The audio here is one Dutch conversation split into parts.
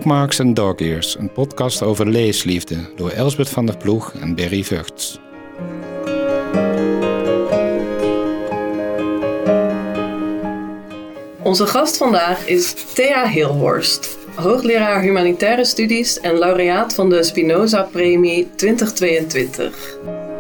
Bookmarks and Dog Ears, een podcast over leesliefde door Elsbeth van der Ploeg en Berry Vugts. Onze gast vandaag is Thea Hilhorst, hoogleraar humanitaire studies en laureaat van de Spinoza-premie 2022.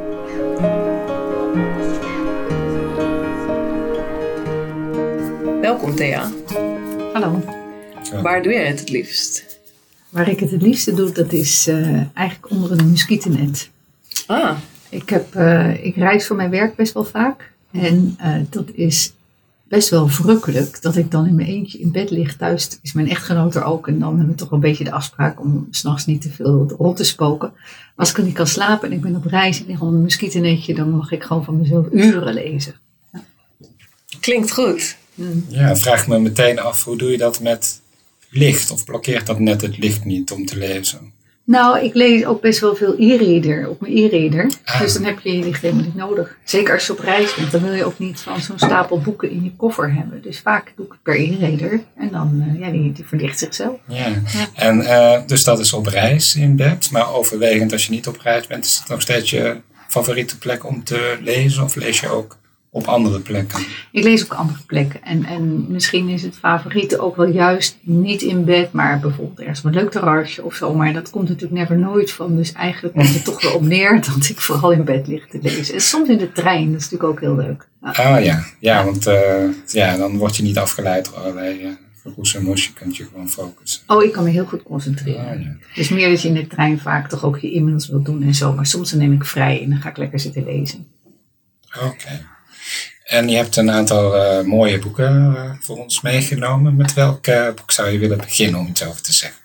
Welkom Thea. Hallo. Waar doe jij het liefst? Waar ik het liefste doe, dat is eigenlijk onder een muskietennet. Ah. Ik reis voor mijn werk best wel vaak. En dat is best wel verrukkelijk dat ik dan in mijn eentje in bed lig. Thuis is mijn echtgenoot er ook. En dan hebben we toch een beetje de afspraak om 's nachts niet te veel rond te spoken. Maar als ik niet kan slapen en ik ben op reis en lig onder een muskietennetje, dan mag ik gewoon van mezelf uren lezen. Ja. Klinkt goed. Ja, vraag me meteen af, hoe doe je dat met licht? Of blokkeert dat net het licht niet om te lezen? Nou, ik lees ook best wel veel e-reader op mijn e-reader. Dus dan heb je je licht helemaal niet nodig. Zeker als je op reis bent, dan wil je ook niet van zo'n stapel boeken in je koffer hebben. Dus vaak doe ik het per e-reader. En dan, die verlicht zichzelf. Ja, en dus dat is op reis in bed. Maar overwegend als je niet op reis bent, is het nog steeds je favoriete plek om te lezen? Of lees je ook op andere plekken? Ik lees op andere plekken. En misschien is het favoriete ook wel juist niet in bed, maar bijvoorbeeld ergens een leuk terrasje of zo. Maar dat komt natuurlijk never nooit van. Dus eigenlijk komt het toch wel op neer dat ik vooral in bed lig te lezen. En soms in de trein, dat is natuurlijk ook heel leuk. Ja, want dan word je niet afgeleid door allerlei geroes en mos. Je kunt je gewoon focussen. Oh, ik kan me heel goed concentreren. Ja. Het is meer dat je in de trein vaak toch ook je e-mails wilt doen en zo. Maar soms dan neem ik vrij en dan ga ik lekker zitten lezen. Oké. En je hebt een aantal mooie boeken voor ons meegenomen. Met welk boek zou je willen beginnen om iets over te zeggen?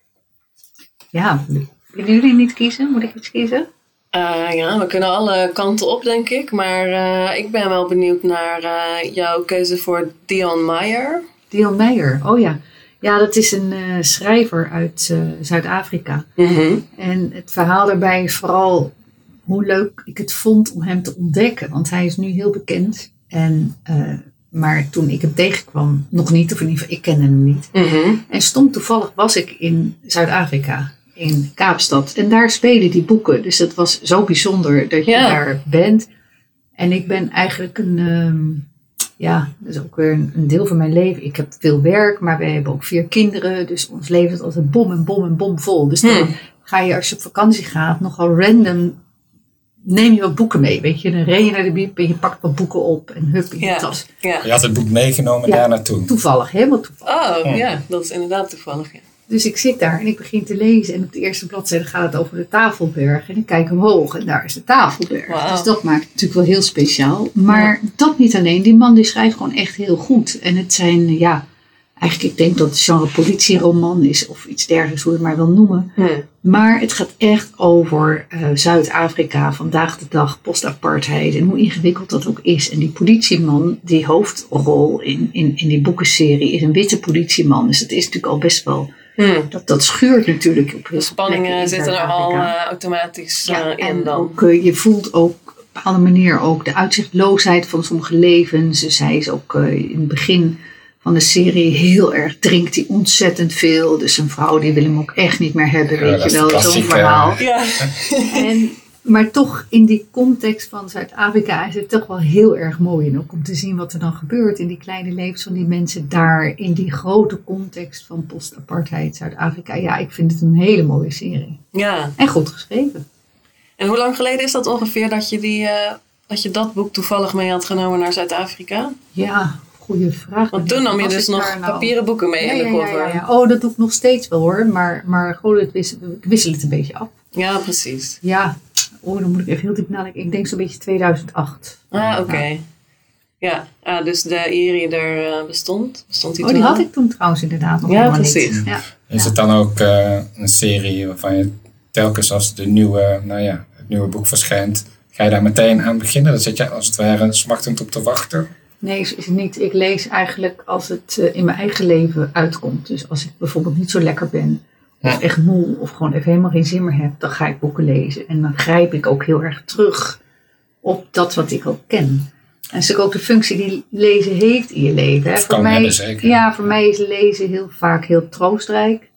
Ja, willen jullie niet kiezen? Moet ik iets kiezen? We kunnen alle kanten op, denk ik. Maar ik ben wel benieuwd naar jouw keuze voor Dion Meyer. Dion Meyer, oh ja. Ja, dat is een schrijver uit Zuid-Afrika. Mm-hmm. En het verhaal daarbij is vooral hoe leuk ik het vond om hem te ontdekken. Want hij is nu heel bekend. Maar toen ik hem tegenkwam, nog niet. Of in ieder geval, ik kende hem niet. Mm-hmm. En stom toevallig was ik in Zuid-Afrika. In Kaapstad. En daar spelen die boeken. Dus dat was zo bijzonder dat je daar bent. En ik ben eigenlijk dat is ook weer een deel van mijn leven. Ik heb veel werk, maar we hebben ook 4 kinderen. Dus ons leven is altijd bom en bom en bom vol. Dus dan ga je, als je op vakantie gaat, nogal random, neem je wat boeken mee. Weet je, dan ren je naar de bieb en je pakt wat boeken op en hup in je tas. Ja. Je had het boek meegenomen daar naartoe. Toevallig, helemaal toevallig. Oh, ja, dat is inderdaad toevallig. Ja. Dus ik zit daar en ik begin te lezen. En op de eerste bladzijde gaat het over de Tafelberg. En ik kijk omhoog en daar is de Tafelberg. Wow. Dus dat maakt het natuurlijk wel heel speciaal. Maar dat niet alleen. Die man die schrijft gewoon echt heel goed. En het zijn, eigenlijk ik denk dat het genre politieroman is. Of iets dergelijks, hoe je het maar wil noemen. Maar het gaat echt over Zuid-Afrika, vandaag de dag, post-apartheid. En hoe ingewikkeld dat ook is. En die politieman, die hoofdrol in die boekenserie, is een witte politieman. Dus dat is natuurlijk al best wel. Dat schuurt natuurlijk op heel veel spanningen zitten er al automatisch in en dan. ook, je voelt ook op een bepaalde manier ook de uitzichtloosheid van sommige levens. Dus hij is ook in het begin van de serie heel erg, drinkt hij ontzettend veel. Dus een vrouw die wil hem ook echt niet meer hebben, weet je wel, zo'n verhaal. Ja. Maar toch in die context van Zuid-Afrika is het toch wel heel erg mooi. En ook om te zien wat er dan gebeurt in die kleine levens van die mensen daar. In die grote context van post-apartheid Zuid-Afrika. Ja, ik vind het een hele mooie serie. Ja. En goed geschreven. En hoe lang geleden is dat ongeveer dat je dat boek toevallig mee had genomen naar Zuid-Afrika? Ja, goede vraag. Want toen nam je dus nog papieren boeken mee in de koffer. Ja. Oh, dat doe ik nog steeds wel hoor. Maar gewoon ik wissel het een beetje af. Ja, precies. Ja. Oh, dan moet ik even heel diep nadenken. Ik denk zo'n beetje 2008. Ah, oké. Ja, dus de e-reader bestond die toen die al? had ik toen trouwens inderdaad nog Ja, helemaal precies. niet. Ja. Is het dan ook een serie waarvan je telkens als het nieuwe boek verschijnt, ga je daar meteen aan beginnen? Dan zit je als het ware smachtend op te wachten? Nee, is het niet. Ik lees eigenlijk als het in mijn eigen leven uitkomt. Dus als ik bijvoorbeeld niet zo lekker ben, of echt moe, of gewoon even helemaal geen zin meer heb, dan ga ik boeken lezen. En dan grijp ik ook heel erg terug op dat wat ik al ken. En dat is ook de functie die lezen heeft in je leven. Hè. Voor mij is lezen heel vaak heel troostrijk.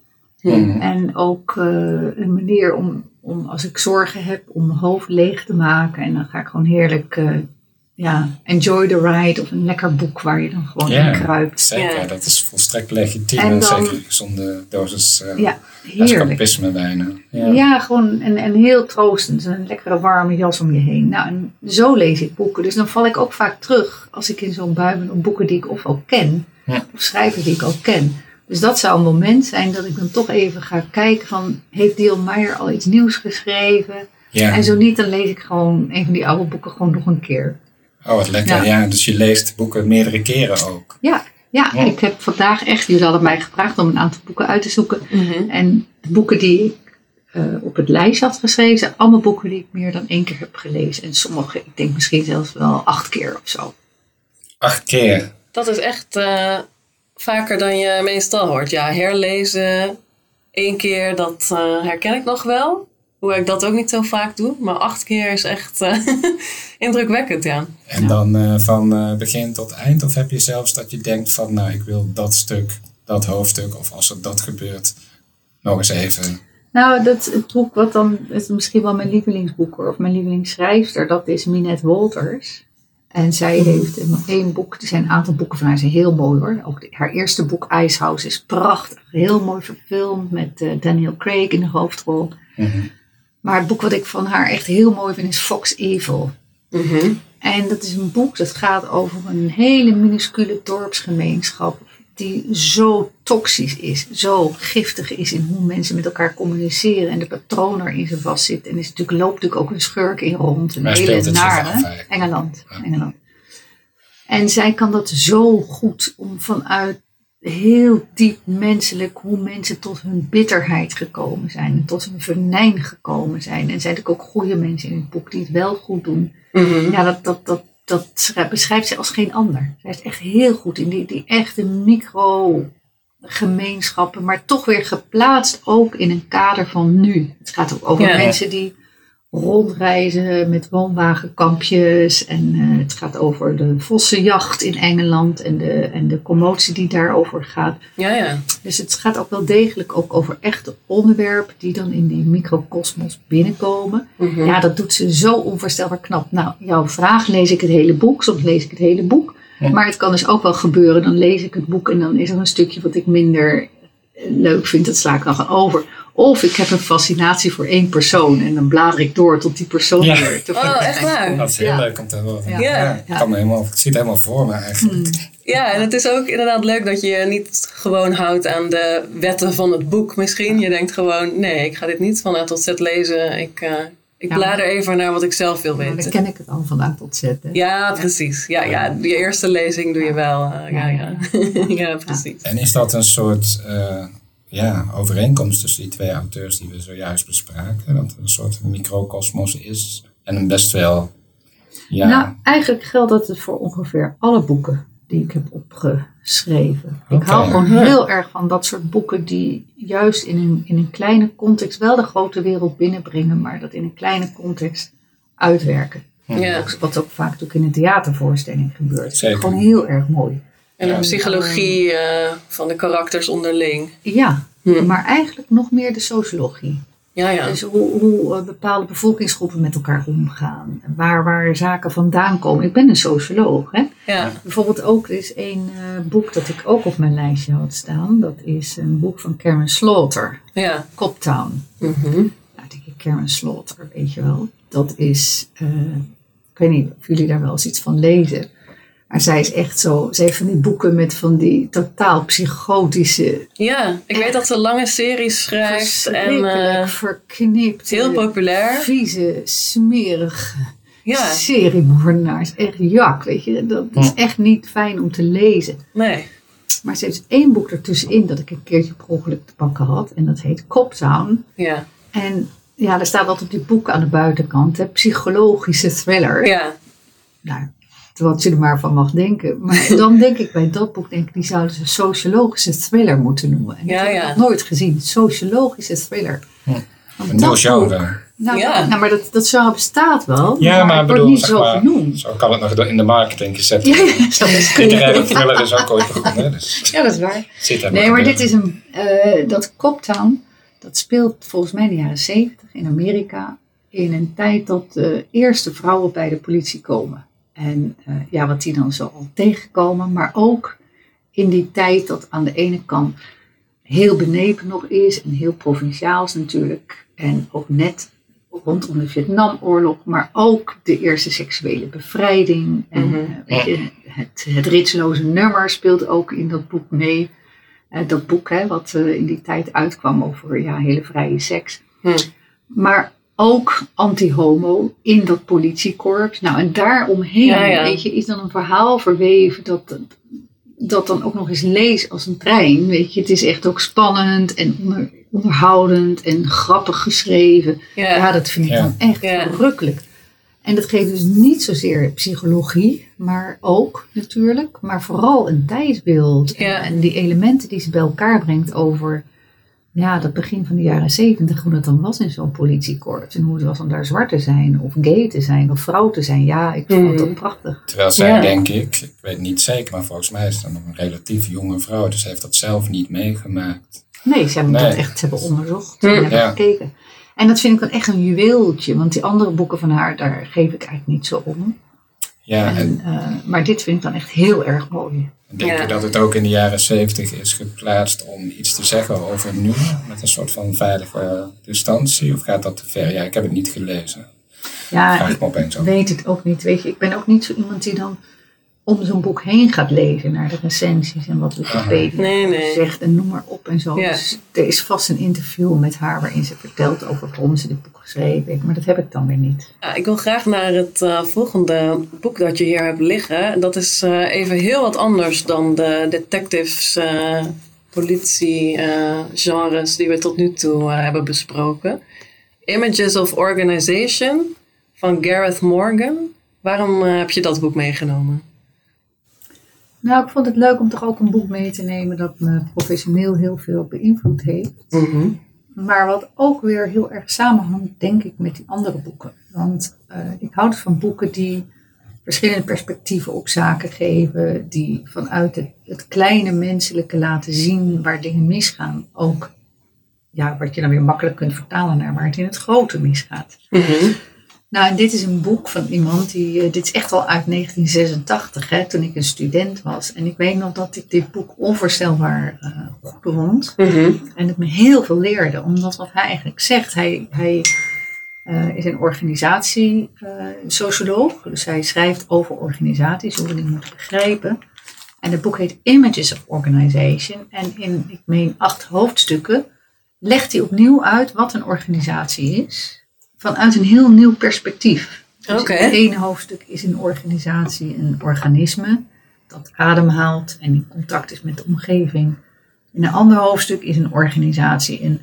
En ook een manier om als ik zorgen heb om mijn hoofd leeg te maken. En dan ga ik gewoon heerlijk enjoy the ride of een lekker boek waar je dan gewoon in kruipt. Zeker, dat is volstrekt legitiem. En zeker een gezonde dosis escapisme bijna. Ja, gewoon en heel troostend. Een lekkere warme jas om je heen. Nou, en zo lees ik boeken. Dus dan val ik ook vaak terug als ik in zo'n bui ben op boeken die ik of al ken. Of schrijvers die ik al ken. Dus dat zou een moment zijn dat ik dan toch even ga kijken van, heeft D.L. Meyer al iets nieuws geschreven? Ja. En zo niet, dan lees ik gewoon een van die oude boeken gewoon nog een keer. Oh, wat lekker. Ja, dus je leest boeken meerdere keren ook. Ja, ik heb vandaag echt, jullie hadden mij gevraagd om een aantal boeken uit te zoeken. En de boeken die ik op het lijstje had geschreven, zijn allemaal boeken die ik meer dan 1 keer heb gelezen. En sommige, ik denk misschien zelfs wel 8 keer of zo. 8 keer? Dat is echt vaker dan je meestal hoort. Ja, herlezen 1 keer, dat herken ik nog wel. Hoewel ik dat ook niet zo vaak doe. Maar 8 keer is echt indrukwekkend, ja. En dan van begin tot eind? Of heb je zelfs dat je denkt van, nou, ik wil dat stuk, dat hoofdstuk, of als er dat gebeurt, nog eens even. Nou, het boek wat dan is misschien wel mijn lievelingsboek, of mijn lievelingsschrijfster, dat is Minette Walters. En zij heeft 1 boek, er zijn een aantal boeken van haar, zijn heel mooi hoor. Ook haar eerste boek, Ice House, is prachtig. Heel mooi verfilmd met Daniel Craig in de hoofdrol. Maar het boek wat ik van haar echt heel mooi vind is Fox Evil. En dat is een boek dat gaat over een hele minuscule dorpsgemeenschap die zo toxisch is, zo giftig is in hoe mensen met elkaar communiceren en de patroon erin ze vastzit. En loopt natuurlijk ook een schurk in rond. Een hele nare. Engeland. En zij kan dat zo goed om vanuit heel diep menselijk hoe mensen tot hun bitterheid gekomen zijn. En tot hun venijn gekomen zijn. En zijn natuurlijk ook goede mensen in het boek die het wel goed doen. Ja, dat beschrijft ze als geen ander. Zij is echt heel goed in die echte micro-gemeenschappen, maar toch weer geplaatst ook in een kader van nu. Het gaat ook over mensen die rondreizen met woonwagenkampjes. En het gaat over de vossenjacht in Engeland en de commotie die daarover gaat. Dus het gaat ook wel degelijk ook over echte onderwerpen die dan in die microcosmos binnenkomen. Ja, dat doet ze zo onvoorstelbaar knap. Nou, jouw vraag, lees ik het hele boek? Soms lees ik het hele boek. Maar het kan dus ook wel gebeuren, dan lees ik het boek en dan is er een stukje wat ik minder leuk vind, dat sla ik dan over. Of ik heb een fascinatie voor 1 persoon en dan blader ik door tot die persoon weer. Echt waar? Dat is heel leuk om te horen. Ik zie het helemaal voor me eigenlijk. Ja, en het is ook inderdaad leuk dat je je niet gewoon houdt aan de wetten van het boek misschien. Je denkt gewoon, nee, ik ga dit niet van A tot Z lezen. Ik blader even naar wat ik zelf wil weten. Dan ken ik het al van A tot Z. Hè? Ja, precies. Ja, je eerste lezing doe je wel. Ja, precies. En is dat een soort overeenkomst tussen die 2 auteurs die we zojuist bespraken? Dat er een soort microcosmos is en een best wel... Ja. Nou, eigenlijk geldt dat voor ongeveer alle boeken die ik heb opgeschreven. Ik hou gewoon heel erg van dat soort boeken die juist in een kleine context wel de grote wereld binnenbrengen, maar dat in een kleine context uitwerken. Wat ook vaak natuurlijk in een theatervoorstelling gebeurt. Zeker. Gewoon heel erg mooi. En de psychologie van de karakters onderling. Ja, maar eigenlijk nog meer de sociologie. Dus hoe bepaalde bevolkingsgroepen met elkaar omgaan. Waar zaken vandaan komen. Ik ben een socioloog. Hè? Bijvoorbeeld ook, er is 1 boek dat ik ook op mijn lijstje had staan. Dat is een boek van Karen Slaughter. Coptown. Nou, denk ik, Karen Slaughter, weet je wel. Dat is, ik weet niet of jullie daar wel eens iets van lezen. Maar zij is echt zo, ze heeft van die boeken met van die totaal psychotische... Ja, ik weet dat ze lange series schrijft. En verknipt. Heel populair. Vieze, smerige seriemoordenaars. Echt jak, weet je. Dat is echt niet fijn om te lezen. Nee. Maar ze heeft 1 boek ertussenin dat ik een keertje per ongeluk te pakken had. En dat heet Coptown. Ja. En ja, er staat wat op die boeken aan de buitenkant. Hè, psychologische thriller. Ja. Nou, wat je er maar van mag denken. Maar dan denk ik bij dat boek, die zouden ze sociologische thriller moeten noemen. En dat heb ik nog nooit gezien. Sociologische thriller. Een nieuw genre. Nou, Ja. maar dat genre bestaat wel. Ja, maar het bedoel, wordt niet zeg zo maar, genoemd. zo kan het nog in de marketing gezet Ja, worden. ja, zo is Literaire thriller is ook ooit begonnen. Dus Ja, dat is waar. zit daar Nee, nog maar gebeuren. dit is dat Coptown, dat speelt volgens mij in de jaren 70 in Amerika. In een tijd dat de eerste vrouwen bij de politie komen. En wat die dan zo al tegenkomen. Maar ook in die tijd dat aan de ene kant heel benepen nog is. En heel provinciaals natuurlijk. En ook net rondom de Vietnamoorlog. Maar ook de eerste seksuele bevrijding. En weet je, het ritsloze nummer speelt ook in dat boek mee. Dat boek wat in die tijd uitkwam over hele vrije seks. Maar ook anti-homo in dat politiekorps. Nou, en daaromheen, weet je, is dan een verhaal verweven dat dan ook nog eens lees als een trein. Weet je, het is echt ook spannend en onderhoudend en grappig geschreven. Ja, dat vind ik dan echt verrukkelijk. En dat geeft dus niet zozeer psychologie, maar ook natuurlijk, maar vooral een tijdsbeeld. En die elementen die ze bij elkaar brengt over dat begin van de jaren 70, hoe dat dan was in zo'n politiekorps. En hoe het was om daar zwart te zijn, of gay te zijn, of vrouw te zijn. Ja, ik vond het ook prachtig. Terwijl zij, denk ik weet niet zeker, maar volgens mij is het nog een relatief jonge vrouw. Dus ze heeft dat zelf niet meegemaakt. Nee, ze hebben dat echt onderzocht en hebben gekeken. En dat vind ik dan echt een juweeltje. Want die andere boeken van haar, daar geef ik eigenlijk niet zo om. Ja, maar dit vind ik dan echt heel erg mooi. Denk je dat het ook in de jaren 70 is geplaatst om iets te zeggen over nu? Met een soort van veilige distantie? Of gaat dat te ver? Ja, ik heb het niet gelezen. Ja, Vraag ik me opeens ik weet het ook niet. Weet je, ik ben ook niet zo iemand die dan om zo'n boek heen gaat lezen naar de recensies en wat Wikipedia zegt en noem maar op en zo. Ja. Dus er is vast een interview met haar waarin ze vertelt over waarom ze dit boek geschreven heeft. Maar dat heb ik dan weer niet. Ja, ik wil graag naar het volgende boek dat je hier hebt liggen. Dat is even heel wat anders dan de detectives, politie genres die we tot nu toe hebben besproken. Images of Organization van Gareth Morgan. Waarom heb je dat boek meegenomen? Nou, ik vond het leuk om toch ook een boek mee te nemen dat me professioneel heel veel beïnvloed heeft. Maar wat ook weer heel erg samenhangt, denk ik, met die andere boeken. Want ik hou dus van boeken die verschillende perspectieven op zaken geven. Die vanuit het kleine menselijke laten zien waar dingen misgaan. Ook wat je dan weer makkelijk kunt vertalen naar waar het in het grote misgaat. Nou, en dit is een boek van iemand dit is echt al uit 1986, toen ik een student was. En ik weet nog dat ik dit boek onvoorstelbaar goed vond. En het me heel veel leerde, omdat wat hij eigenlijk zegt, hij is een organisatiesocioloog. Dus hij schrijft over organisaties, hoe we die moeten begrijpen. En het boek heet Images of Organization. En in, ik meen 8 hoofdstukken, legt hij opnieuw uit wat een organisatie is. Vanuit een heel nieuw perspectief. Dus het ene hoofdstuk is een organisatie, een organisme dat ademhaalt en in contact is met de omgeving. In een ander hoofdstuk is een organisatie een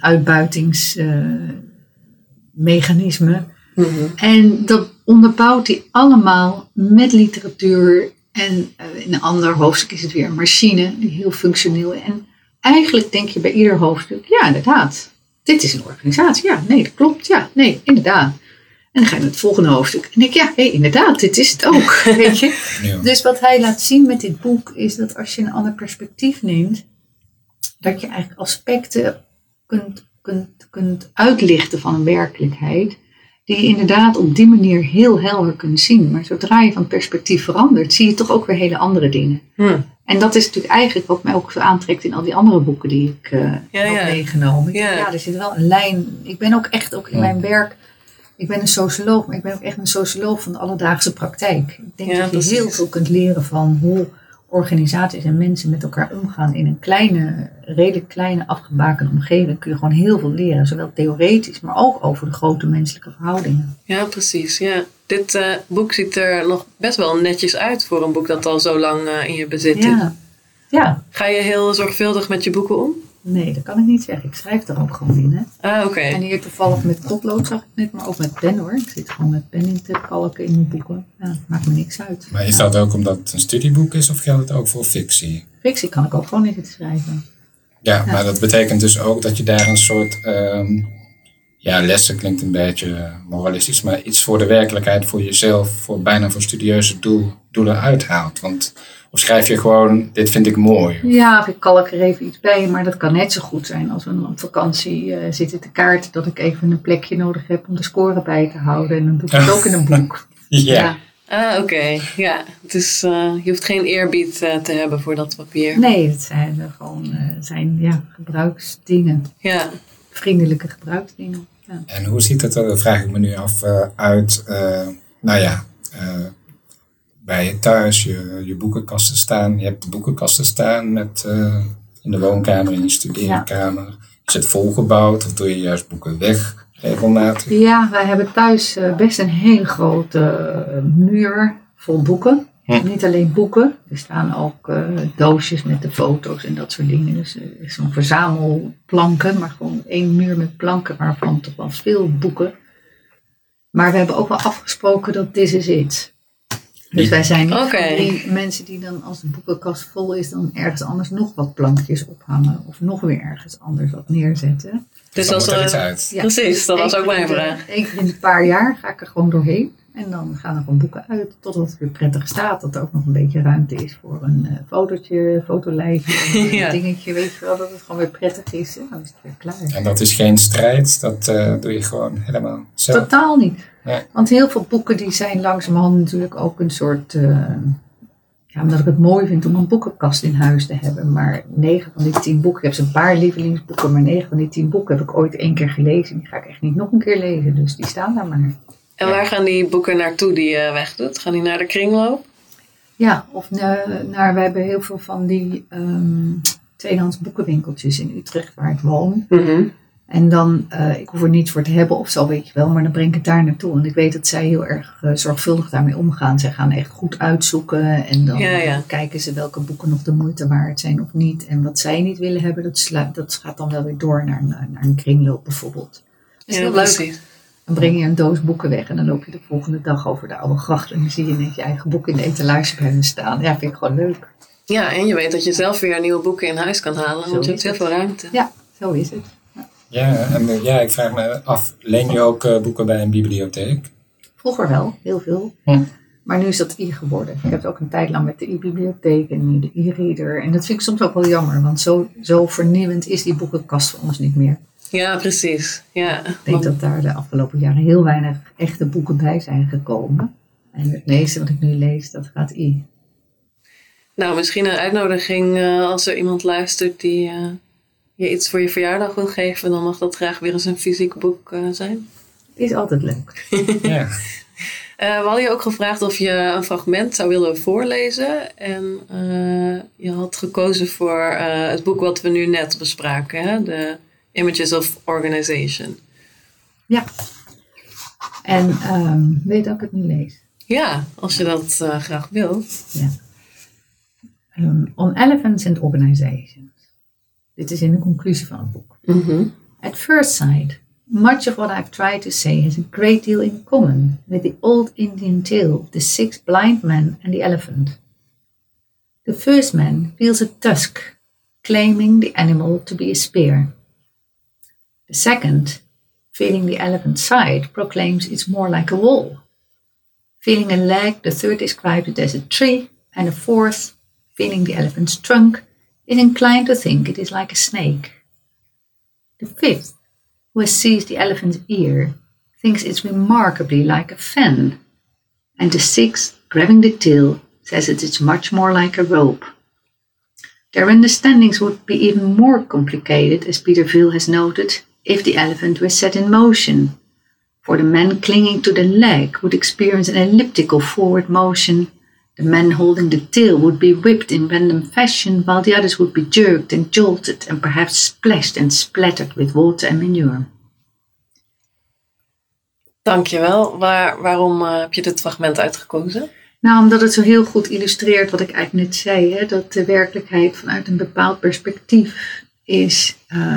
uitbuitingsmechanisme. En dat onderbouwt hij allemaal met literatuur. En in een ander hoofdstuk is het weer een machine, die heel functioneel is. En eigenlijk denk je bij ieder hoofdstuk, ja inderdaad. Dit is een organisatie. Ja, nee, dat klopt. Ja, nee, inderdaad. En dan ga je naar het volgende hoofdstuk. En denk ik, inderdaad, dit is het ook. Weet je? Ja. Dus wat hij laat zien met dit boek is dat als je een ander perspectief neemt, dat je eigenlijk aspecten kunt uitlichten van een werkelijkheid, die je inderdaad op die manier heel helder kunt zien. Maar zodra je van perspectief verandert, zie je toch ook weer hele andere dingen. En dat is natuurlijk eigenlijk wat mij ook zo aantrekt in al die andere boeken die ik heb meegenomen. Ja, er zit wel een lijn. Ik ben ook echt in mijn werk, ik ben een socioloog, maar ik ben ook echt een socioloog van de alledaagse praktijk. Ik denk dat je heel veel kunt leren van hoe organisaties en mensen met elkaar omgaan in een redelijk kleine afgebakende omgeving. Kun je gewoon heel veel leren, zowel theoretisch, maar ook over de grote menselijke verhoudingen. Ja, precies. Ja. Dit boek ziet er nog best wel netjes uit voor een boek dat al zo lang in je bezit is. Ja. Ga je heel zorgvuldig met je boeken om? Nee, dat kan ik niet zeggen. Ik schrijf er ook gewoon in. Hè. Oké. En hier toevallig met potlood zag ik net, maar ook met pen hoor. Ik zit gewoon met pen in te kalken in mijn boeken. Ja, dat maakt me niks uit. Maar is dat ook omdat het een studieboek is of geldt het ook voor fictie? Fictie kan ik ook gewoon in zitten schrijven. Ja, maar dat betekent dus ook dat je daar een soort ja, lessen klinkt een beetje moralistisch, maar iets voor de werkelijkheid, voor jezelf, bijna voor studieuze doelen uithaalt. Want of schrijf je gewoon, dit vind ik mooi. Ja, of ik kalk er even iets bij, maar dat kan net zo goed zijn als we op vakantie zitten te kaarten, dat ik even een plekje nodig heb om de score bij te houden. En dan doe ik het ook in een boek. Ja. Oké. Ja. Dus je hoeft geen eerbied te hebben voor dat papier. Nee, het zijn gewoon gebruiksdingen. Ja. Vriendelijke gebruiksdingen. Ja. En hoe ziet het er, dat vraag ik me nu af, uit, bij je thuis, je boekenkasten staan. Je hebt de boekenkasten staan met, in de woonkamer, in je studeerkamer. Is het volgebouwd of doe je juist boeken weg regelmatig? Ja, wij hebben thuis best een hele grote muur vol boeken. Niet alleen boeken, er staan ook doosjes met de foto's en dat soort dingen. Dus zo'n verzamelplanken, maar gewoon 1 muur met planken waarvan toch wel veel boeken. Maar we hebben ook wel afgesproken dat this is it. Dus wij zijn niet van die mensen die dan als de boekenkast vol is, dan ergens anders nog wat plankjes ophangen. Of nog weer ergens anders wat neerzetten. Dus dan als moet er iets uit. Ja, precies, dat was ook mijn vraag. 1 keer in een paar jaar ga ik er gewoon doorheen. En dan gaan er gewoon boeken uit, totdat het weer prettig staat. Dat er ook nog een beetje ruimte is voor een fotolijstje, een dingetje. Weet je wel, dat het gewoon weer prettig is. En dan is het weer klaar. En dat is geen strijd, dat doe je gewoon helemaal zelf? Totaal niet. Nee. Want heel veel boeken die zijn langzamerhand natuurlijk ook een soort... omdat ik het mooi vind om een boekenkast in huis te hebben. Maar 9 van die 10 boeken, ik heb zo'n paar lievelingsboeken, maar 9 van die 10 boeken heb ik ooit 1 keer gelezen. Die ga ik echt niet nog een keer lezen, dus die staan daar maar. En waar gaan die boeken naartoe die je wegdoet? Gaan die naar de kringloop? Ja, of we hebben heel veel van die tweedehands boekenwinkeltjes in Utrecht waar ik woon. Mm-hmm. En dan, ik hoef er niets voor te hebben of zo, weet je wel, maar dan breng ik het daar naartoe. En ik weet dat zij heel erg zorgvuldig daarmee omgaan. Zij gaan echt goed uitzoeken en dan kijken ze welke boeken nog de moeite waard zijn of niet. En wat zij niet willen hebben, dat gaat dan wel weer door naar een kringloop bijvoorbeeld. Dat is heel leuk. Dan breng je een doos boeken weg en dan loop je de volgende dag over de oude gracht. En dan zie je net je eigen boek in de etalage bij me staan. Ja, vind ik gewoon leuk. Ja, en je weet dat je zelf weer nieuwe boeken in huis kan halen, want je hebt heel veel ruimte. Ja, zo is het. Ja, ik vraag me af, leen je ook boeken bij een bibliotheek? Vroeger wel, heel veel. Maar nu is dat geworden. Ik heb het ook een tijd lang met de e-bibliotheek en nu de e-reader. En dat vind ik soms ook wel jammer, want zo vernieuwend is die boekenkast voor ons niet meer. Ja, precies. Ja. Ik denk dat daar de afgelopen jaren heel weinig echte boeken bij zijn gekomen. En het meeste wat ik nu lees, dat gaat Nou, misschien een uitnodiging als er iemand luistert die je iets voor je verjaardag wil geven. Dan mag dat graag weer eens een fysiek boek zijn. Het is altijd leuk. Ja. We hadden je ook gevraagd of je een fragment zou willen voorlezen. En je had gekozen voor het boek wat we nu net bespraken. Hè? The Images of Organization. Ja. En weet dat ik het nu lees? Ja, als je dat graag wil. Ja. On Elephants and Organizations. Dit is in de conclusie van het boek. Mm-hmm. At first sight, much of what I've tried to say has a great deal in common with the old Indian tale of the 6 blind men and the elephant. The first man feels a tusk, claiming the animal to be a spear. The second, feeling the elephant's side, proclaims it's more like a wall. Feeling a leg, the third describes it as a tree, and the fourth, feeling the elephant's trunk, is inclined to think it is like a snake. The fifth, who has seized the elephant's ear, thinks it's remarkably like a fan. And the sixth, grabbing the tail, says it is much more like a rope. Their understandings would be even more complicated, as Peter Veal has noted, if the elephant were set in motion. For the man clinging to the leg would experience an elliptical forward motion. The man holding the tail would be whipped in random fashion, while the others would be jerked and jolted and perhaps splashed and splattered with water and manure. Dankjewel. Waarom heb je dit fragment uitgekozen? Nou, omdat het zo heel goed illustreert wat ik eigenlijk net zei. Hè? Dat de werkelijkheid vanuit een bepaald perspectief is,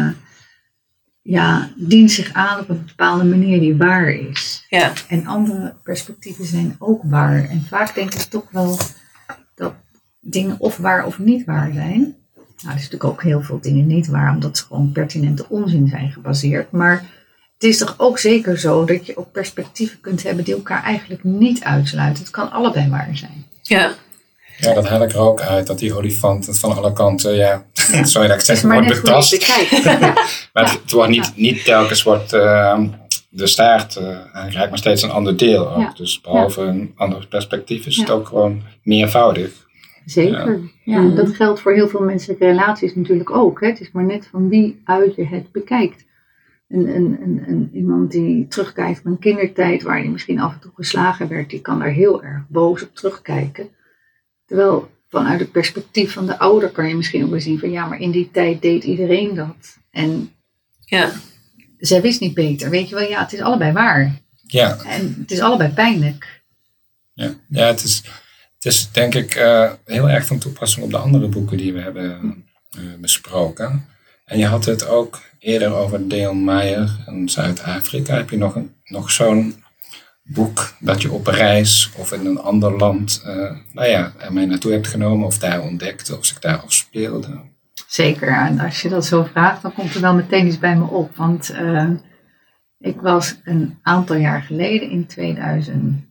dient zich aan op een bepaalde manier die waar is. Ja. En andere perspectieven zijn ook waar. En vaak denk ik toch wel dat dingen of waar of niet waar zijn. Nou, er is natuurlijk ook heel veel dingen niet waar, omdat ze gewoon pertinente onzin zijn gebaseerd. Maar het is toch ook zeker zo dat je ook perspectieven kunt hebben die elkaar eigenlijk niet uitsluiten. Het kan allebei waar zijn. Ja. Ja, dat haal ik er ook uit. Dat die olifant het van alle kanten, sorry dat ik zeg, maar wordt net hoe je betast. het bekijkt. Maar het wordt niet telkens wordt de staart aangeraakt, maar steeds een ander deel ook. Ja. Dus behalve een ander perspectief is het ook gewoon meervoudig. Zeker. Ja, dat geldt voor heel veel menselijke relaties natuurlijk ook. Hè. Het is maar net van wie uit je het bekijkt. Iemand die terugkijkt van een kindertijd waar hij misschien af en toe geslagen werd, die kan daar heel erg boos op terugkijken. Terwijl vanuit het perspectief van de ouder kan je misschien ook wel zien van ja, maar in die tijd deed iedereen dat. En zij wist niet beter. Weet je wel, ja, het is allebei waar. Ja. En het is allebei pijnlijk. Ja, het is denk ik heel erg van toepassing op de andere boeken die we hebben besproken. En je had het ook eerder over Dale Meyer in Zuid-Afrika. Heb je nog zo'n boek dat je op reis of in een ander land ermee naartoe hebt genomen of daar ontdekte of zich daar afspeelde? Zeker, en als je dat zo vraagt, dan komt er wel meteen iets bij me op. Want ik was een aantal jaar geleden, in 2013,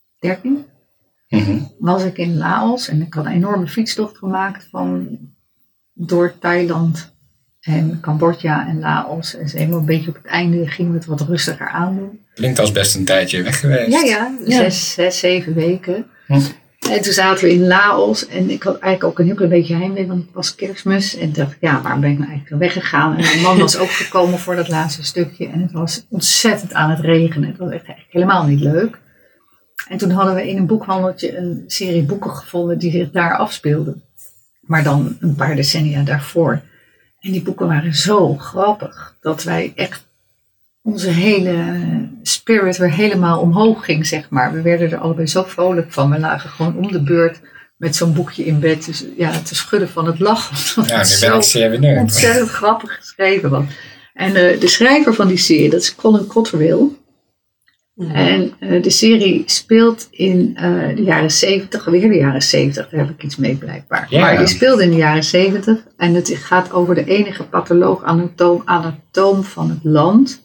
was ik in Laos. En ik had een enorme fietstocht gemaakt door Thailand en Cambodja en Laos. En helemaal een beetje op het einde gingen we het wat rustiger aandoen. Klinkt als best een tijdje weg geweest. Ja. 6, 7 weken. En toen zaten we in Laos en ik had eigenlijk ook een heel klein beetje heimwee, want het was Kerstmis. En dacht ik, waarom ben ik nou eigenlijk weggegaan? En mijn man was ook gekomen voor dat laatste stukje en het was ontzettend aan het regenen. Het was echt helemaal niet leuk. En toen hadden we in een boekhandeltje een serie boeken gevonden die zich daar afspeelden. Maar dan een paar decennia daarvoor. En die boeken waren zo grappig dat wij echt onze hele spirit weer helemaal omhoog ging, zeg maar. We werden er allebei zo vrolijk van. We lagen gewoon om de beurt met zo'n boekje in bed. Dus te schudden van het lachen. Ja, nu ben ik zeer benieuwd. Ontzettend grappig geschreven was. En de schrijver van die serie, dat is Colin Cotterill. En de serie speelt in de jaren 70, weer de jaren 70, daar heb ik iets mee blijkbaar. Ja. Maar die speelde in de jaren 70 en het gaat over de enige patholoog anatoom van het land.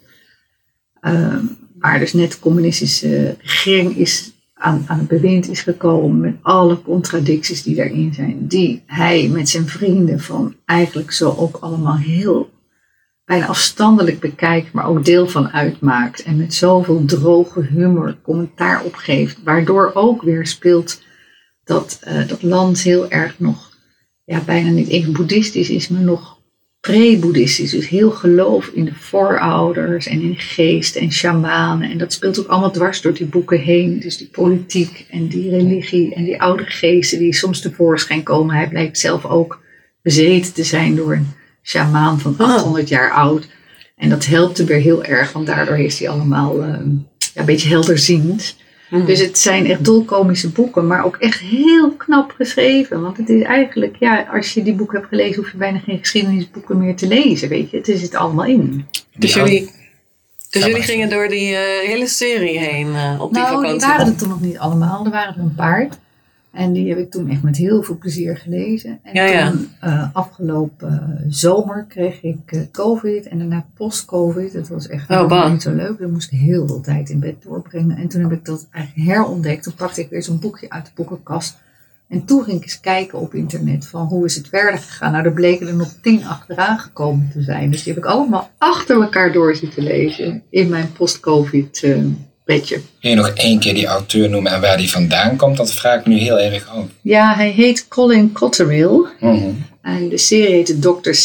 Waar dus net de communistische regering aan het bewind is gekomen met alle contradicties die daarin zijn. Die hij met zijn vrienden van eigenlijk zo ook allemaal heel bijna afstandelijk bekijkt, maar ook deel van uitmaakt. En met zoveel droge humor commentaar opgeeft. Waardoor ook weer speelt dat dat land heel erg nog, bijna niet even boeddhistisch is, maar nog pre-boeddhistisch. Dus heel geloof in de voorouders en in geest en shamanen. En dat speelt ook allemaal dwars door die boeken heen. Dus die politiek en die religie en die oude geesten die soms tevoorschijn komen. Hij blijkt zelf ook bezeten te zijn door een shamaan van 800 jaar oud. En dat helpt hem weer heel erg, want daardoor is hij allemaal een beetje helderziend. Dus het zijn echt dolkomische boeken, maar ook echt heel knap geschreven. Want het is eigenlijk, als je die boeken hebt gelezen, hoef je bijna geen geschiedenisboeken meer te lezen, weet je. Het zit allemaal in. Dus jullie gingen door die hele serie heen op die vakantie? Die waren er toen nog niet allemaal, er waren er een paar. En die heb ik toen echt met heel veel plezier gelezen. En toen afgelopen zomer kreeg ik COVID en daarna post-COVID. Dat was echt niet zo leuk. Dan moest ik heel veel tijd in bed doorbrengen. En toen heb ik dat eigenlijk herontdekt. Toen pakte ik weer zo'n boekje uit de boekenkast. En toen ging ik eens kijken op internet van hoe is het verder gegaan. Nou, er bleken er nog 10 achteraan gekomen te zijn. Dus die heb ik allemaal achter elkaar door zitten lezen in mijn post-COVID bedje. Kun je nog 1 keer die auteur noemen en waar die vandaan komt? Dat vraag ik nu heel erg af. Ja, hij heet Colin Cotterill. En de serie heet de Dr.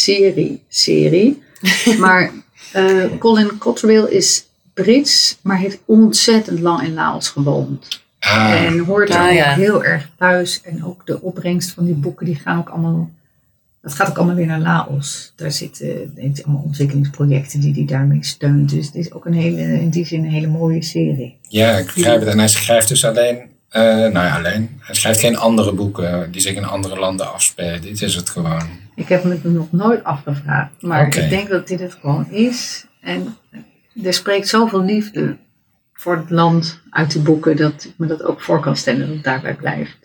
Serie. Maar Colin Cotterill is Brits, maar heeft ontzettend lang in Laos gewoond. En hoort er ook heel erg thuis. En ook de opbrengst van die boeken, die gaan ook allemaal... Dat gaat ook allemaal weer naar Laos. Daar zitten allemaal ontwikkelingsprojecten die hij daarmee steunt. Dus het is ook in die zin een hele mooie serie. Ja, ik begrijp het. En hij schrijft dus alleen. Hij schrijft geen andere boeken die zich in andere landen afspelen. Dit is het gewoon. Ik heb me het nog nooit afgevraagd. Maar ik denk dat dit het gewoon is. En er spreekt zoveel liefde voor het land uit de boeken, dat ik me dat ook voor kan stellen dat het daarbij blijft.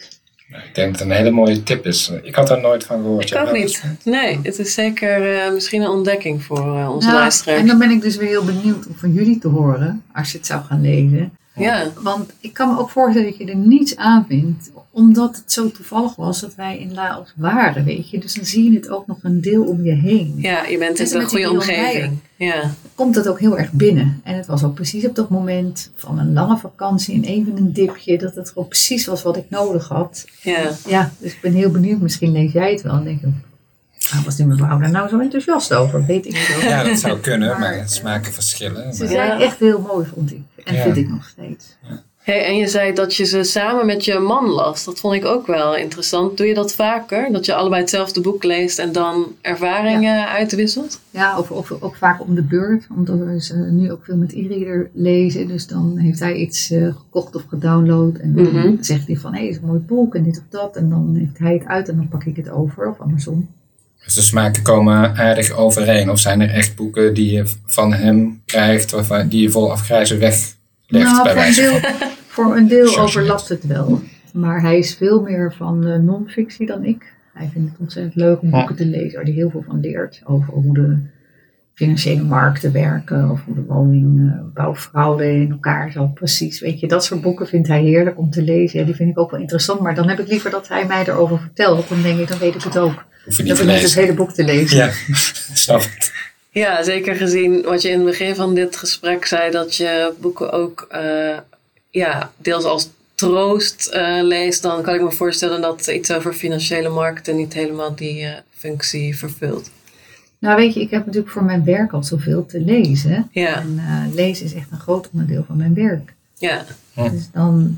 Ik denk dat het een hele mooie tip is. Ik had er nooit van gehoord. Ik ook niet. Nee, het is zeker misschien een ontdekking voor onze luisteraars. En dan ben ik dus weer heel benieuwd om van jullie te horen, als je het zou gaan lezen. Ja. Want ik kan me ook voorstellen dat je er niets aan vindt, omdat het zo toevallig was dat wij in Laos waren, weet je. Dus dan zie je het ook nog een deel om je heen. Ja, je bent in een goede omgeving. Ja. Komt dat ook heel erg binnen. En het was ook precies op dat moment van een lange vakantie en even een dipje, dat het gewoon precies was wat ik nodig had. Ja, dus ik ben heel benieuwd. Misschien lees jij het wel en denk je, was die mevrouw daar nou zo enthousiast over? Weet ik niet. Ja, dat zou kunnen, maar het smaken verschillen. Ze zijn echt heel mooi, vond ik. En vind ik nog steeds. Ja. Hey, en je zei dat je ze samen met je man las. Dat vond ik ook wel interessant. Doe je dat vaker? Dat je allebei hetzelfde boek leest en dan ervaringen uitwisselt? Ja, ook vaak om de beurt. Omdat we ze nu ook veel met e-reader lezen. Dus dan heeft hij iets gekocht of gedownload. En dan zegt hij van, hé, is een mooi boek en dit of dat. En dan heeft hij het uit en dan pak ik het over. Of andersom. Dus de smaken komen aardig overeen. Of zijn er echt boeken die je van hem krijgt, of die je vol afgrijzen weglegt, bij wijze van? Voor een deel overlapt het wel. Maar hij is veel meer van non-fictie dan ik. Hij vindt het ontzettend leuk om boeken te lezen waar hij heel veel van leert. Over hoe de financiële markten werken. Of hoe de woningbouwfraude in elkaar zat. Precies, weet je. Dat soort boeken vindt hij heerlijk om te lezen. Ja, die vind ik ook wel interessant. Maar dan heb ik liever dat hij mij erover vertelt. Dan denk ik, dan weet ik het ook. Hoef je niet dat te ik niet lezen. het hele boek te lezen. Ja, snap het. Ja, zeker gezien wat je in het begin van dit gesprek zei. Dat je boeken ook deels als troost leest. Dan kan ik me voorstellen dat iets over financiële markten niet helemaal die functie vervult. Nou weet je, ik heb natuurlijk voor mijn werk al zoveel te lezen. Ja. En lezen is echt een groot onderdeel van mijn werk. Ja. Dus dan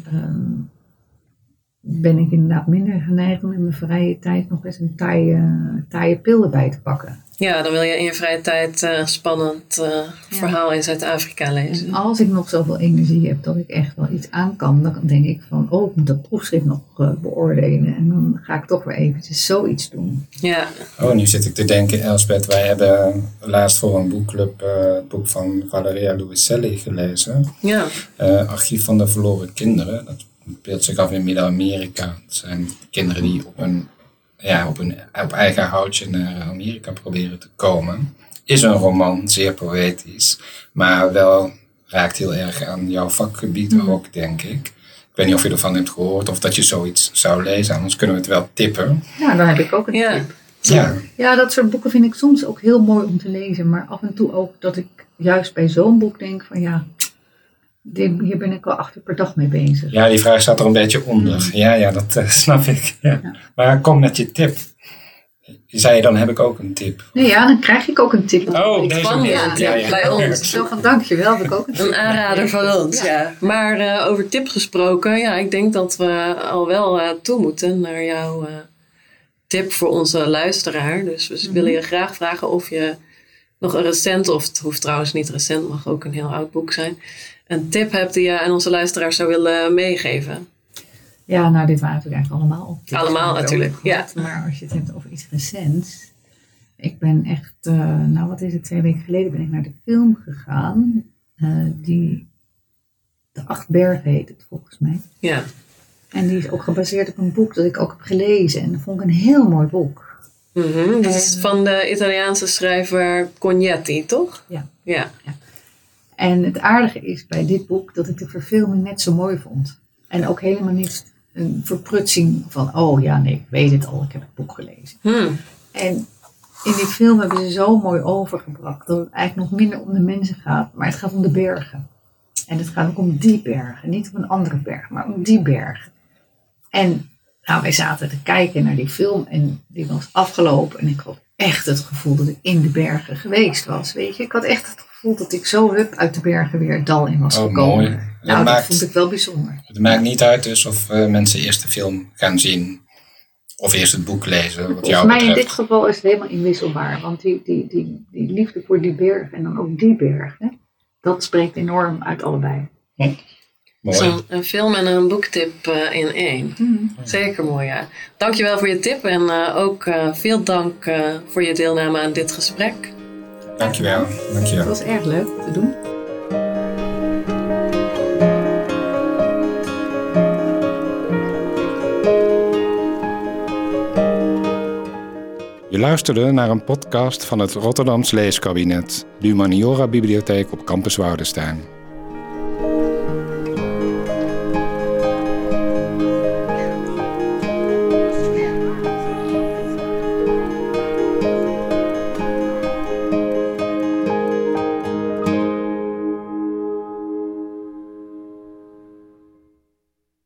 ben ik inderdaad minder geneigd om in mijn vrije tijd nog eens een taaie pil erbij te pakken. Ja, dan wil je in je vrije tijd spannend verhaal in Zuid-Afrika lezen. En als ik nog zoveel energie heb dat ik echt wel iets aan kan, dan denk ik van, ik moet dat proefschrift nog beoordelen. En dan ga ik toch weer eventjes zoiets doen. Ja. Oh, nu zit ik te denken, Elsbeth, wij hebben laatst voor een boekclub het boek van Valeria Luiselli gelezen. Ja. Archief van de verloren kinderen. Dat speelt zich af in Midden-Amerika. Het zijn kinderen die op eigen houtje naar Amerika proberen te komen. Is een roman, zeer poëtisch, maar wel raakt heel erg aan jouw vakgebied ook, denk ik. Ik weet niet of je ervan hebt gehoord of dat je zoiets zou lezen, anders kunnen we het wel tippen. Nou, dan heb ik ook een tip. Ja, dat soort boeken vind ik soms ook heel mooi om te lezen, maar af en toe ook dat ik juist bij zo'n boek denk van hier ben ik al 8 uur per dag mee bezig. Ja, die vraag staat er een beetje onder. Ja, dat snap ik. Ja. Ja. Maar kom met je tip. Je zei, dan heb ik ook een tip. Nee, dan krijg ik ook een tip. Oh, deze tip bij ons. Zo van, dankjewel, heb ik ook een tip. Een aanrader van ons, ja. Maar over tip gesproken, ik denk dat we al wel toe moeten naar jouw tip voor onze luisteraar. Dus we willen je graag vragen of je nog een recent, of het hoeft trouwens niet recent, mag ook een heel oud boek zijn, een tip hebt die je aan onze luisteraars zou willen meegeven. Ja, nou dit waren natuurlijk eigenlijk allemaal tips. Allemaal natuurlijk, ja. Maar als je het hebt over iets recents. Ik ben echt, 2 weken geleden ben ik naar de film gegaan. Die De 8 Bergen heet het volgens mij. Ja. En die is ook gebaseerd op een boek dat ik ook heb gelezen. En dat vond ik een heel mooi boek. Dit is van de Italiaanse schrijver Cognetti, toch? Ja. En het aardige is bij dit boek dat ik de verfilming net zo mooi vond. En ook helemaal niet een verprutsing van, ik weet het al, ik heb het boek gelezen. En in die film hebben ze zo mooi overgebracht dat het eigenlijk nog minder om de mensen gaat, maar het gaat om de bergen. En het gaat ook om die bergen, niet om een andere berg, maar om die bergen. En wij zaten te kijken naar die film en die was afgelopen en ik had echt het gevoel dat ik in de bergen geweest was, weet je. Ik had echt het gevoel dat ik zo uit de bergen weer het dal in was gekomen. Mooi. Dat vond ik wel bijzonder. Het maakt niet uit dus of mensen eerst de film gaan zien of eerst het boek lezen. Wat Volgens mij in dit geval is het helemaal inwisselbaar. Want die liefde voor die berg en dan ook die berg, dat spreekt enorm uit allebei. Mooi. Een film en een boektip in één. Zeker mooi, ja. Dankjewel voor je tip en ook veel dank voor je deelname aan dit gesprek. Dankjewel. Het was erg leuk te doen. Je luisterde naar een podcast van het Rotterdams Leeskabinet, de Humaniora Bibliotheek op Campus Woudenstein.